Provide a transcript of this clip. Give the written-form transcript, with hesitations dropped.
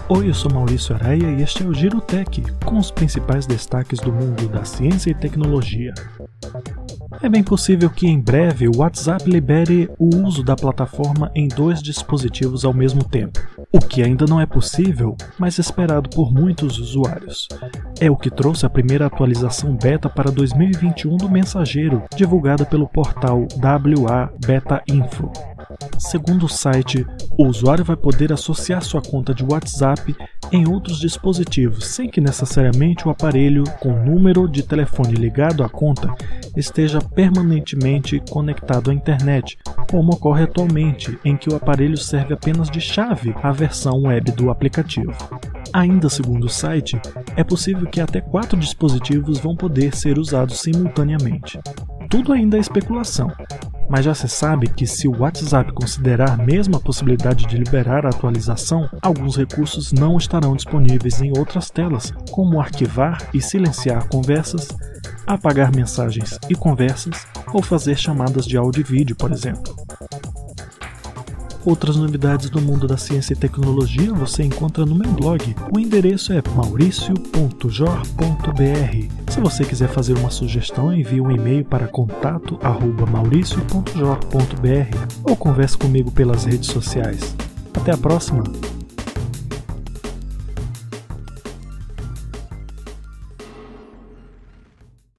Oi, eu sou Maurício Araia e este é o Giro Tech, com os principais destaques do mundo da ciência e tecnologia. É bem possível que em breve o WhatsApp libere o uso da plataforma em 2 dispositivos ao mesmo tempo, o que ainda não é possível, mas esperado por muitos usuários. É o que trouxe a primeira atualização beta para 2021 do Mensageiro, divulgada pelo portal WA Beta Info. Segundo o site, o usuário vai poder associar sua conta de WhatsApp em outros dispositivos, sem que necessariamente o aparelho com o número de telefone ligado à conta esteja permanentemente conectado à internet, como ocorre atualmente, em que o aparelho serve apenas de chave à versão web do aplicativo. Ainda segundo o site, é possível que até 4 dispositivos vão poder ser usados simultaneamente. Tudo ainda é especulação, mas já se sabe que se o WhatsApp considerar mesmo a possibilidade de liberar a atualização, alguns recursos não estarão disponíveis em outras telas, como arquivar e silenciar conversas, apagar mensagens e conversas ou fazer chamadas de áudio e vídeo, por exemplo. Outras novidades do mundo da ciência e tecnologia você encontra no meu blog. O endereço é mauricio.jor.br. Se você quiser fazer uma sugestão, envie um e-mail para contato@mauricio.jor.br ou converse comigo pelas redes sociais. Até a próxima!